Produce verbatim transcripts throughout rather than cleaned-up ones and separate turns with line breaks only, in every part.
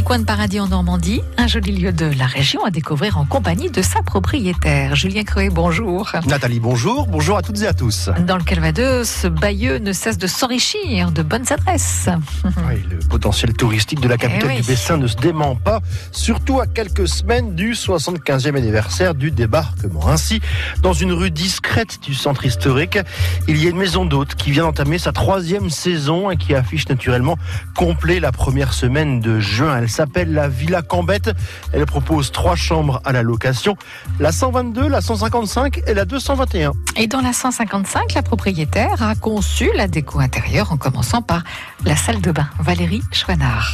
coin de paradis en Normandie, un joli lieu de la région à découvrir en compagnie de sa propriétaire. Julien Creuet, bonjour.
Nathalie, bonjour. Bonjour à toutes et à tous.
Dans le Calvados, Bayeux ne cesse de s'enrichir de bonnes adresses.
Oui, le potentiel touristique de la capitale
Eh oui.
du Bessin ne se dément pas, surtout à quelques semaines du soixante-quinzième anniversaire du débarquement. Ainsi, dans une rue discrète du centre historique, il y a une maison d'hôtes qui vient d'entamer sa troisième saison et qui affiche naturellement complet la première semaine de juin. Elle s'appelle la Villa Cambette. Elle propose trois chambres à la location, la cent vingt-deux, la cent cinquante-cinq et la deux cent vingt et un.
Et dans la cent cinquante-cinq, la propriétaire a conçu la déco intérieure en commençant par la salle de bain. Valérie Chouinard.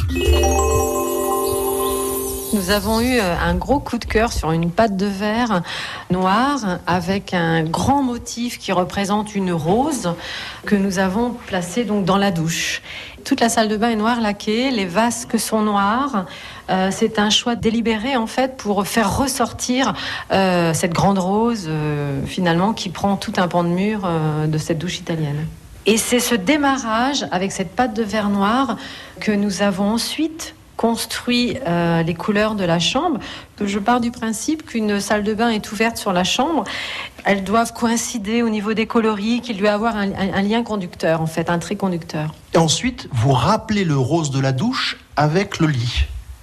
Nous avons eu un gros coup de cœur sur une pâte de verre noire avec un grand motif qui représente une rose que nous avons placée donc dans la douche. Toute la salle de bain est noire laquée, les vasques sont noirs. Euh, c'est un choix délibéré en fait pour faire ressortir euh, cette grande rose euh, finalement qui prend tout un pan de mur euh, de cette douche italienne. Et c'est ce démarrage avec cette pâte de verre noire que nous avons ensuite construit euh, les couleurs de la chambre. Je pars du principe qu'une salle de bain est ouverte sur la chambre. Elles doivent coïncider au niveau des coloris, qu'il doit y avoir un, un, un lien conducteur, en fait, un trait conducteur.
Et ensuite, vous rappelez le rose de la douche avec le lit.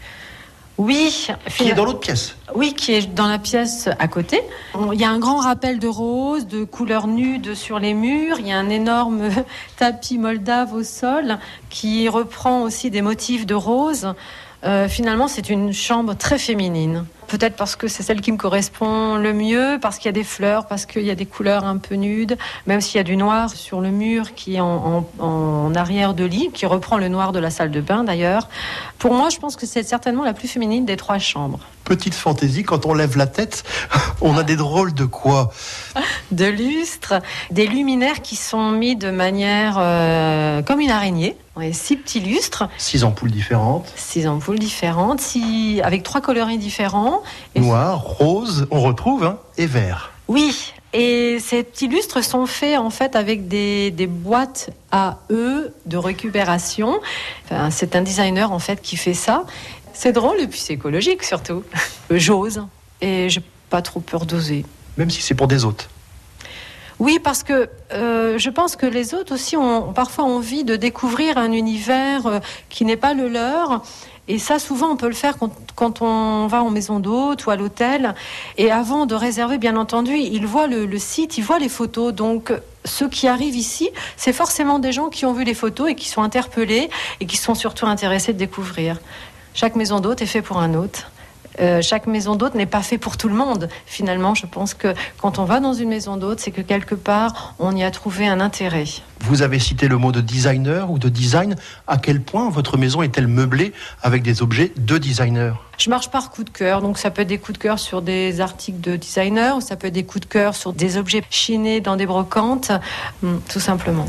Oui.
Qui est dans l'autre pièce.
Oui, qui est dans la pièce à côté. Il y a un grand rappel de rose, de couleurs nudes sur les murs. Il y a un énorme tapis moldave au sol qui reprend aussi des motifs de rose. Euh, finalement, c'est une chambre très féminine. Peut-être parce que c'est celle qui me correspond le mieux, parce qu'il y a des fleurs, parce qu'il y a des couleurs un peu nudes, même s'il y a du noir sur le mur qui est en, en, en arrière de lit, qui reprend le noir de la salle de bain d'ailleurs. Pour moi, je pense que c'est certainement la plus féminine des trois chambres.
Petite fantaisie, quand on lève la tête, on a des drôles de quoi ?
De lustres, des luminaires qui sont mis de manière euh, comme une araignée. Ouais, six petits lustres.
Six ampoules différentes.
Six ampoules différentes, six, avec trois coloris différents. Et
Noir, rose, on retrouve, hein, et vert.
Oui, et ces petits lustres sont faits en fait avec des, des boîtes à eux de récupération. Enfin, c'est un designer en fait qui fait ça. C'est drôle et puis c'est écologique surtout. J'ose et j'ai pas trop peur d'oser.
Même si c'est pour des hôtes.
Oui, parce que euh, je pense que les hôtes aussi ont, ont parfois envie de découvrir un univers euh, qui n'est pas le leur. Et ça, souvent, on peut le faire quand, quand on va en maison d'hôtes ou à l'hôtel. Et avant de réserver, bien entendu, ils voient le, le site, ils voient les photos. Donc, ceux qui arrivent ici, c'est forcément des gens qui ont vu les photos et qui sont interpellés et qui sont surtout intéressés de découvrir. Chaque maison d'hôte est faite pour un hôte. Euh, chaque maison d'hôte n'est pas fait pour tout le monde. Finalement, je pense que quand on va dans une maison d'hôte, c'est que quelque part, on y a trouvé un intérêt.
Vous avez cité le mot de designer ou de design. À quel point votre maison est-elle meublée avec des objets de designer ?
Je marche par coup de cœur, donc ça peut être des coups de cœur sur des articles de designer, ou ça peut être des coups de cœur sur des objets chinés dans des brocantes, tout simplement.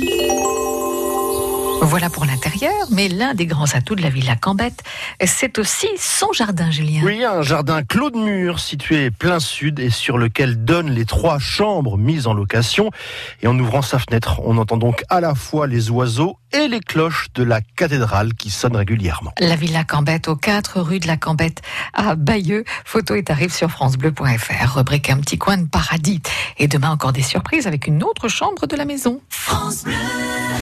Voilà pour l'intérieur, mais l'un des grands atouts de la Villa Cambette, c'est aussi son jardin, Julien.
Oui, un jardin clos de mur situé plein sud et sur lequel donnent les trois chambres mises en location. Et en ouvrant sa fenêtre, on entend donc à la fois les oiseaux et les cloches de la cathédrale qui sonnent régulièrement.
La Villa Cambette, aux quatre rue de la Cambette à Bayeux. Photo et tarifs sur francebleu point f r. Rubrique un petit coin de paradis. Et demain encore des surprises avec une autre chambre de la maison. France Bleu.